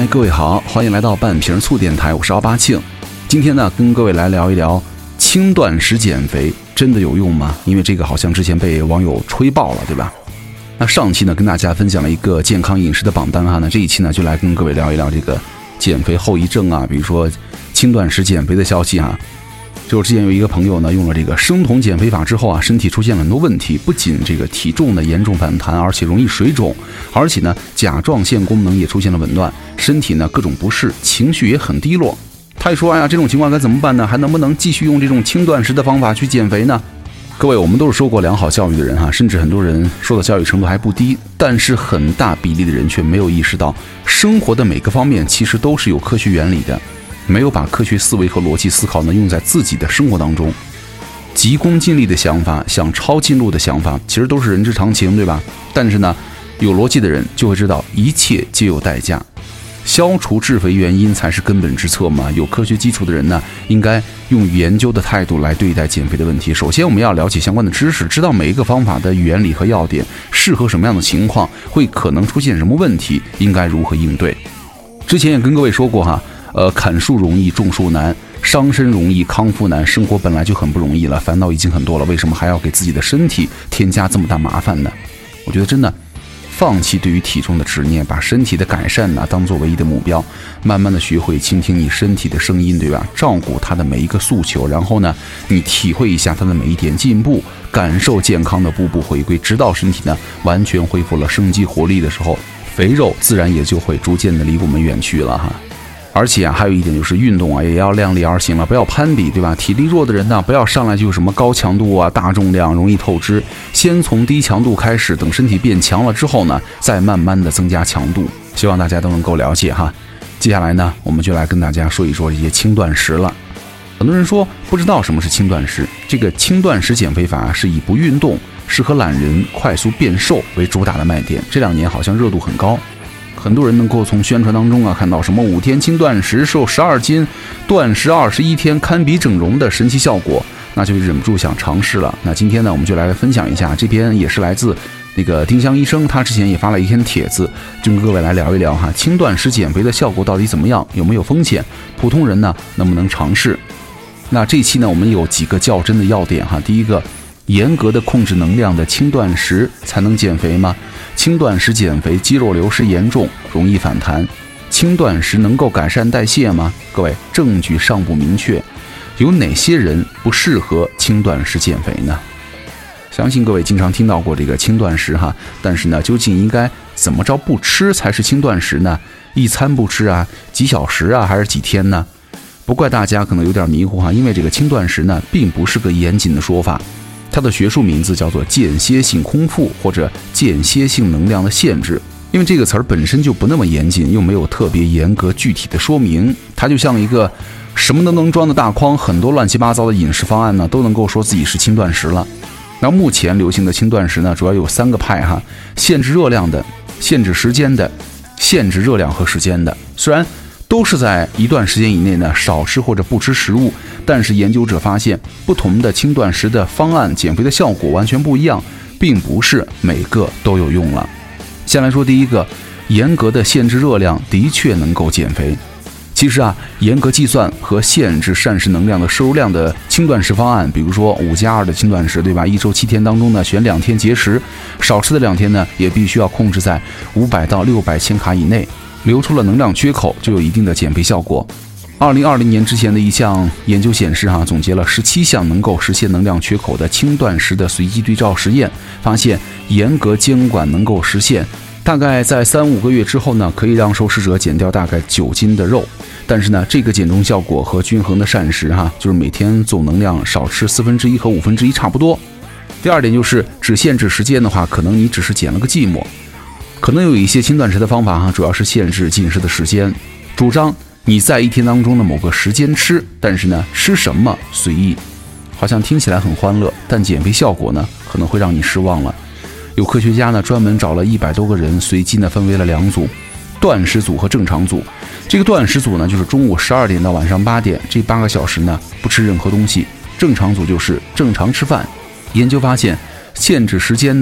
嗨，各位好，欢迎来到半瓶醋电台，我是奥巴庆。今天呢，跟各位来聊一聊轻断食减肥真的有用吗？因为这个好像之前被网友吹爆了，对吧？那上期呢，跟大家分享了一个健康饮食的榜单哈，那这一期呢，就来跟各位聊一聊这个减肥后遗症啊，比如说轻断食减肥的消息啊。就之前有一个朋友呢，用了这个生酮减肥法之后啊，身体出现了很多问题，不仅这个体重呢严重反弹，而且容易水肿，而且呢甲状腺功能也出现了紊乱，身体呢各种不适，情绪也很低落。他也说，哎呀，这种情况该怎么办呢？还能不能继续用这种轻断食的方法去减肥呢？各位，我们都是受过良好教育的人哈，甚至很多人受的教育程度还不低，但是很大比例的人却没有意识到，生活的每个方面其实都是有科学原理的。没有把科学思维和逻辑思考呢用在自己的生活当中，急功近利的想法，想抄近路的想法，其实都是人之常情，对吧？但是呢，有逻辑的人就会知道，一切皆有代价，消除致肥原因才是根本之策嘛。有科学基础的人呢，应该用研究的态度来对待减肥的问题。首先，我们要了解相关的知识，知道每一个方法的原理和要点，适合什么样的情况，会可能出现什么问题，应该如何应对。之前也跟各位说过哈。砍树容易种树难，伤身容易康复难，生活本来就很不容易了，烦恼已经很多了，为什么还要给自己的身体添加这么大麻烦呢？我觉得真的放弃对于体重的执念，把身体的改善呢当作唯一的目标，慢慢的学会倾听你身体的声音，对吧？照顾它的每一个诉求，然后呢你体会一下它的每一点进步，感受健康的步步回归，直到身体呢完全恢复了生机活力的时候，肥肉自然也就会逐渐的离我们远去了哈。而且啊，还有一点就是运动啊，也要量力而行了，不要攀比，对吧？体力弱的人呢，不要上来就什么高强度啊、大重量，容易透支。先从低强度开始，等身体变强了之后呢，再慢慢的增加强度。希望大家都能够了解哈。接下来呢，我们就来跟大家说一说这些轻断食了。很多人说不知道什么是轻断食，这个轻断食减肥法是以不运动、适合懒人、快速变瘦为主打的卖点，这2年好像热度很高。很多人能够从宣传当中啊看到什么5天轻断食瘦12斤，断食21天堪比整容的神奇效果，那就忍不住想尝试了。那今天呢，我们就来分享一下，这篇也是来自那个丁香医生，他之前也发了一篇帖子，就跟各位来聊一聊哈，轻断食减肥的效果到底怎么样，有没有风险，普通人呢能不能尝试？那这期呢，我们有几个较真的要点哈。第一个，严格的控制能量的轻断食才能减肥吗？轻断食减肥肌肉流失严重，容易反弹。轻断食能够改善代谢吗？各位，证据尚不明确。有哪些人不适合轻断食减肥呢？相信各位经常听到过这个轻断食哈，但是呢，究竟应该怎么着不吃才是轻断食呢？一餐不吃啊，几小时啊，还是几天呢？不怪大家可能有点迷糊哈，因为这个轻断食呢，并不是个严谨的说法。它的学术名字叫做间歇性空腹或者间歇性能量的限制，因为这个词儿本身就不那么严谨，又没有特别严格具体的说明，它就像一个什么都能装的大筐，很多乱七八糟的饮食方案呢都能够说自己是轻断食了。那目前流行的轻断食呢，主要有3个派哈：限制热量的、限制时间的、限制热量和时间的。虽然都是在一段时间以内呢少吃或者不吃食物，但是研究者发现，不同的轻断食的方案减肥的效果完全不一样，并不是每个都有用了。先来说第一个，严格的限制热量的确能够减肥。其实啊，严格计算和限制膳食能量的摄入量的轻断食方案，比如说5+2的轻断食，对吧？一周7天当中呢，选2天节食，少吃的2天呢，也必须要控制在500到600千卡以内。留出了能量缺口，就有一定的减肥效果。2020年之前的一项研究显示总结了17项能够实现能量缺口的轻断食的随机对照实验，发现严格监管能够实现，大概在3-5个月之后呢，可以让受试者减掉大概9斤的肉。但是呢，这个减重效果和均衡的膳食就是每天总能量少吃1/4和1/5差不多。第二点就是只限制时间的话，可能你只是减了个寂寞。可能有一些轻断食的方法主要是限制进食的时间，主张你在一天当中的某个时间吃，但是呢，吃什么随意。好像听起来很欢乐，但减肥效果呢，可能会让你失望了。有科学家呢专门找了100多个人，随机呢分为了2组，断食组和正常组。这个断食组呢，就是中午12点到晚上8点，这8个小时呢不吃任何东西。正常组就是正常吃饭。研究发现，限制时间的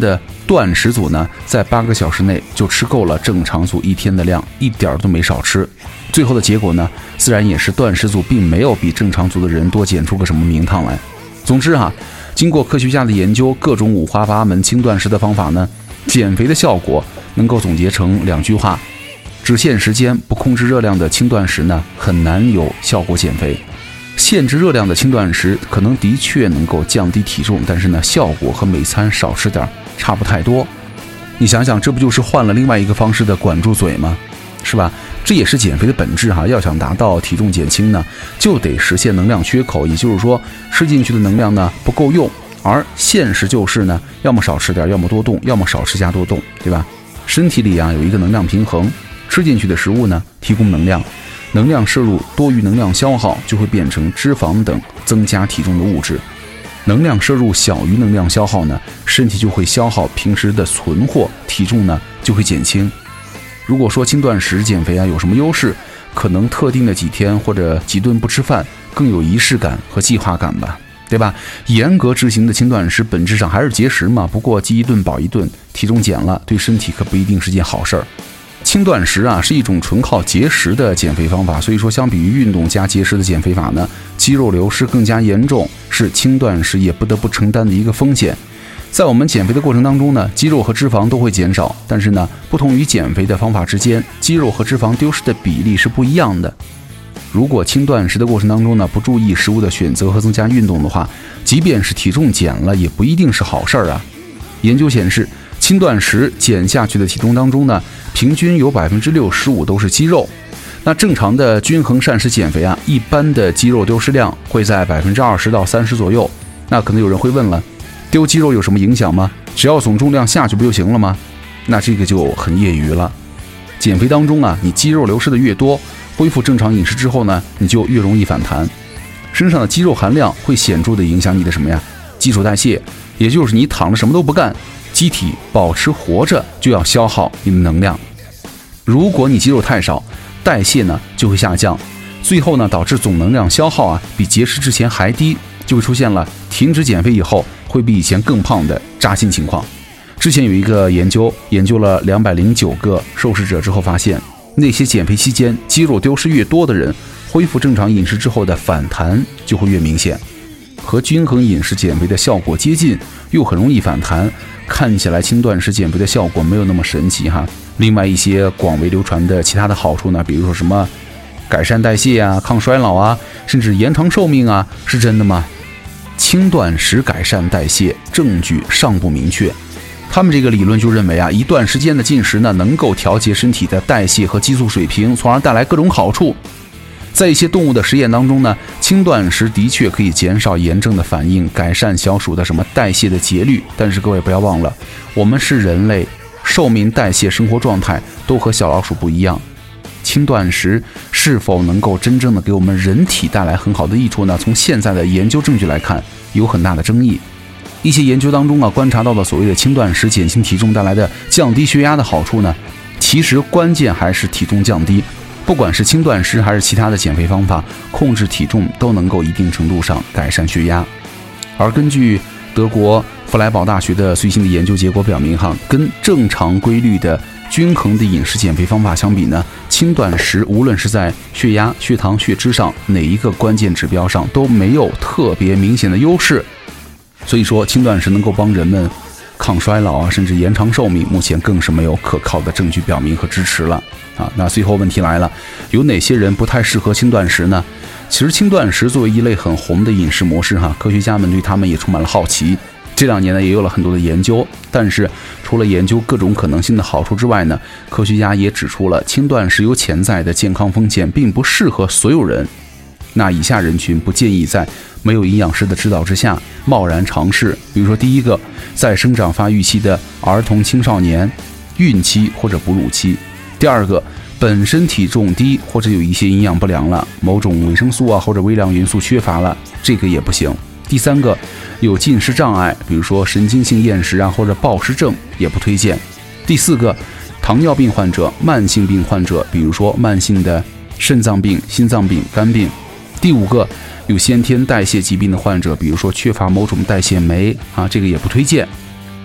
断食组呢，在8个小时内就吃够了正常组1天的量，一点都没少吃。最后的结果呢，自然也是断食组并没有比正常组的人多减出个什么名堂来。总之经过科学家的研究，各种五花八门轻断食的方法呢，减肥的效果能够总结成2句话：只限时间不控制热量的轻断食呢，很难有效果减肥；限制热量的轻断食可能的确能够降低体重，但是呢，效果和每餐少吃点差不太多。你想想，这不就是换了另外一个方式的管住嘴吗？是吧？这也是减肥的本质要想达到体重减轻呢，就得实现能量缺口，也就是说，吃进去的能量呢不够用。而现实就是呢，要么少吃点，要么多动，要么少吃加多动，对吧？身体里有一个能量平衡，吃进去的食物呢提供能量，能量摄入多于能量消耗，就会变成脂肪等增加体重的物质。能量摄入小于能量消耗呢，身体就会消耗平时的存货，体重呢就会减轻。如果说轻断食减肥有什么优势，可能特定的几天或者几顿不吃饭更有仪式感和计划感吧，对吧？严格执行的轻断食本质上还是节食嘛，不过饥一顿饱一顿，体重减了，对身体可不一定是件好事儿。轻断食是一种纯靠节食的减肥方法，所以说相比于运动加节食的减肥法呢，肌肉流失更加严重，是轻断食也不得不承担的一个风险。在我们减肥的过程当中呢，肌肉和脂肪都会减少，但是呢，不同于减肥的方法之间，肌肉和脂肪丢失的比例是不一样的。如果轻断食的过程当中呢，不注意食物的选择和增加运动的话，即便是体重减了，也不一定是好事儿。研究显示，轻断食减下去的体重当中呢，平均有65%都是肌肉。那正常的均衡膳食减肥一般的肌肉丢失量会在20%到30%左右。那可能有人会问了，丢肌肉有什么影响吗？只要总重量下去不就行了吗？那这个就很业余了。减肥当中你肌肉流失的越多，恢复正常饮食之后呢，你就越容易反弹。身上的肌肉含量会显著的影响你的什么呀？基础代谢，也就是你躺着什么都不干，机体保持活着就要消耗你的能量。如果你肌肉太少，代谢呢就会下降，最后呢导致总能量消耗比节食之前还低，就会出现了停止减肥以后会比以前更胖的扎心情况。之前有一个研究了209个受试者之后发现，那些减肥期间肌肉丢失越多的人，恢复正常饮食之后的反弹就会越明显。和均衡饮食减肥的效果接近，又很容易反弹，看起来轻断食减肥的效果没有那么神奇另外一些广为流传的其他的好处呢，比如说什么改善代谢抗衰老甚至延长寿命是真的吗？轻断食改善代谢，证据尚不明确。他们这个理论就认为一段时间的进食呢，能够调节身体的代谢和激素水平，从而带来各种好处。在一些动物的实验当中呢，轻断食的确可以减少炎症的反应，改善小鼠的什么代谢的节律。但是各位不要忘了，我们是人类，寿命、代谢、生活状态都和小老鼠不一样。轻断食是否能够真正的给我们人体带来很好的益处呢？从现在的研究证据来看，有很大的争议。一些研究当中观察到的所谓的轻断食减轻体重带来的降低血压的好处呢，其实关键还是体重降低。不管是轻断食还是其他的减肥方法，控制体重都能够一定程度上改善血压。而根据德国弗莱堡大学的最新的研究结果表明跟正常规律的均衡的饮食减肥方法相比呢，轻断食无论是在血压、血糖、血脂上哪一个关键指标上都没有特别明显的优势。所以说轻断食能够帮人们抗衰老甚至延长寿命，目前更是没有可靠的证据表明和支持了那最后问题来了，有哪些人不太适合轻断食呢？其实轻断食作为一类很红的饮食模式科学家们对他们也充满了好奇。这2年呢也有了很多的研究，但是除了研究各种可能性的好处之外呢，科学家也指出了轻断食有潜在的健康风险，并不适合所有人。那以下人群不建议在没有营养师的指导之下贸然尝试，比如说第一个，在生长发育期的儿童青少年、孕期或者哺乳期；第二个，本身体重低或者有一些营养不良了，某种维生素或者微量元素缺乏了，这个也不行；第三个，有进食障碍，比如说神经性厌食或者暴食症，也不推荐；第四个，糖尿病患者、慢性病患者，比如说慢性的肾脏病、心脏病、肝病；第五个，有先天代谢疾病的患者，比如说缺乏某种代谢酶这个也不推荐；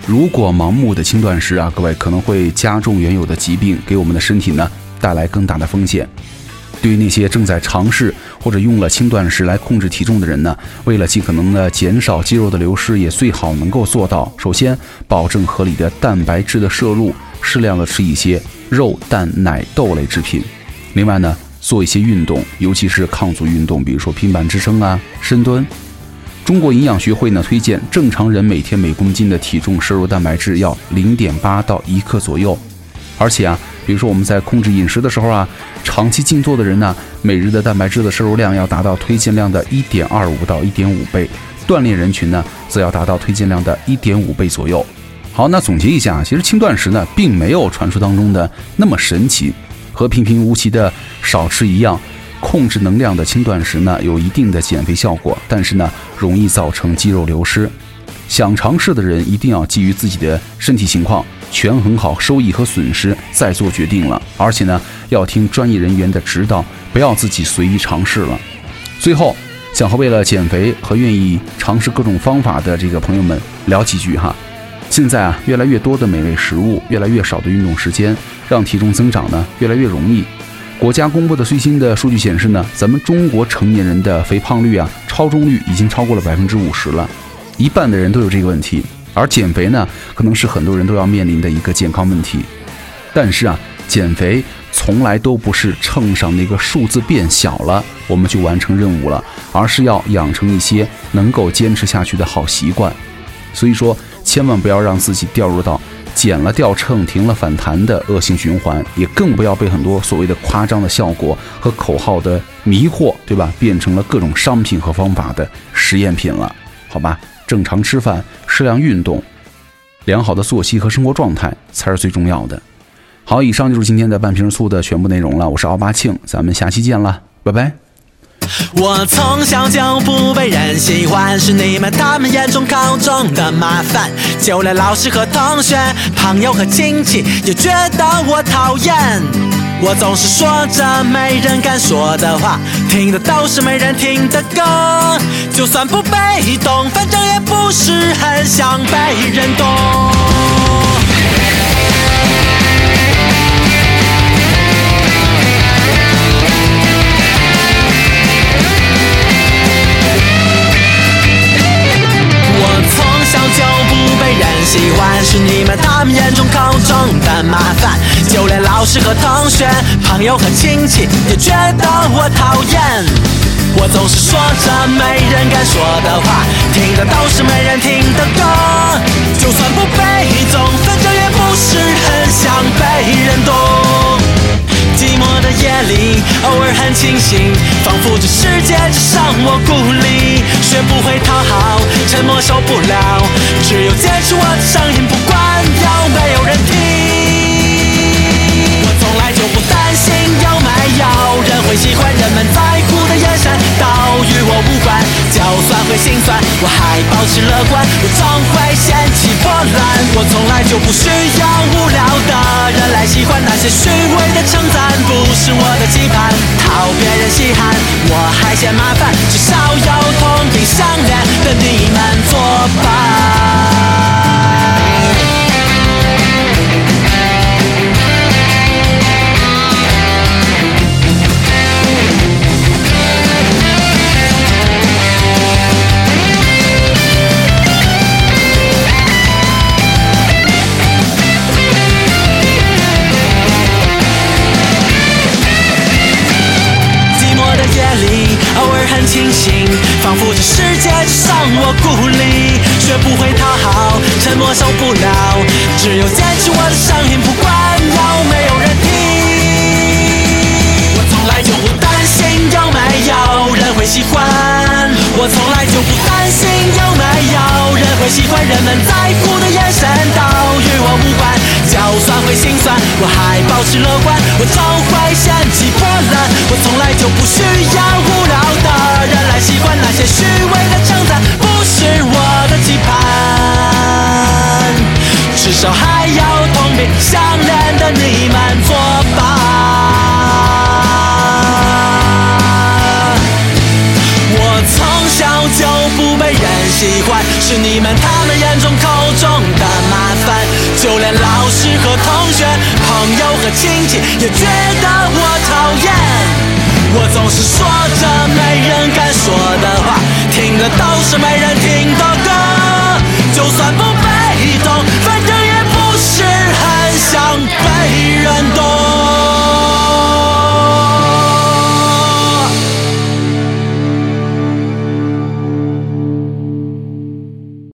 如果盲目的轻断食啊，各位可能会加重原有的疾病，给我们的身体呢带来更大的风险。对于那些正在尝试或者用了轻断食来控制体重的人呢，为了尽可能的减少肌肉的流失，也最好能够做到：首先，保证合理的蛋白质的摄入，适量的吃一些肉、蛋、奶、豆类制品。另外呢，做一些运动，尤其是抗阻运动，比如说平板支撑啊、深蹲。中国营养学会呢推荐，正常人每天每公斤的体重摄入蛋白质要0.8到1克左右。而且啊，比如说我们在控制饮食的时候啊，长期静坐的人呢，每日的蛋白质的摄入量要达到推荐量的1.25到1.5倍，锻炼人群呢，则要达到推荐量的1.5倍左右。好，那总结一下，其实轻断食呢，并没有传说当中的那么神奇，和平平无奇的少吃一样，控制能量的轻断食呢，有一定的减肥效果，但是呢，容易造成肌肉流失。想尝试的人一定要基于自己的身体情况，权衡好收益和损失，再做决定了。而且呢，要听专业人员的指导，不要自己随意尝试了。最后，想和为了减肥和愿意尝试各种方法的这个朋友们聊几句哈。现在啊，越来越多的美味食物，越来越少的运动时间，让体重增长呢越来越容易。国家公布的最新的数据显示呢，咱们中国成年人的肥胖率啊，超重率已经超过了50%了。一半的人都有这个问题，而减肥呢，可能是很多人都要面临的一个健康问题。但是啊，减肥从来都不是秤上那个数字变小了，我们就完成任务了，而是要养成一些能够坚持下去的好习惯。所以说，千万不要让自己掉入到减了掉秤，停了反弹的恶性循环，也更不要被很多所谓的夸张的效果和口号的迷惑，对吧？变成了各种商品和方法的实验品了，好吧？正常吃饭，适量运动，良好的作息和生活状态才是最重要的。好，以上就是今天的半瓶醋的全部内容了。我是奥巴庆，咱们下期见了，拜拜。 我从小就不被人喜欢，是你们他们眼中口中的麻烦，就连老师和同学、朋友和亲戚也觉得我讨厌。我总是说着没人敢说的话，听的都是没人听的歌，就算不被懂，反正也不是很想被人懂。喜欢是你们他们眼中口中的麻烦，就连老师和同学、朋友和亲戚也觉得我讨厌。我总是说着没人敢说的话，听的都是没人听的歌，就算不被懂，反正也不是很想被人懂。寂寞的夜里，偶尔很清醒，仿佛这世界只剩我孤立，学不会讨好，沉默受不了，只有坚持我的声音，不管有没有人听。我从来就不担心有没有人会喜欢，人们在乎的眼神都与我无关，就算会心酸，我还保持乐观，我总会掀起波澜。我从来就不需要无聊的人来喜欢，那些虚伪的称赞不是我的期盼，讨别人稀罕我还嫌麻烦，至少有同病相怜的你们作伴。清醒，仿佛这世界只剩我孤立，学不会讨好，沉默受不了，只有坚持我的声音，不管有没有人听。我从来就不担心有没有人会喜欢，我从来就不担心有没有人会喜欢，人们在乎的眼神都与我无关，就算会心酸，我还保持乐观，我总会掀起波澜。我从来就不需要无聊的人来喜欢，那些虚伪的称赞不是我的期盼，至少还有同病相怜的你们作伴。我从小就不被人喜欢，是你们他们眼中口中的麻和同学、朋友和亲戚也觉得我讨厌。我总是说着没人敢说的话，听的都是没人听的歌。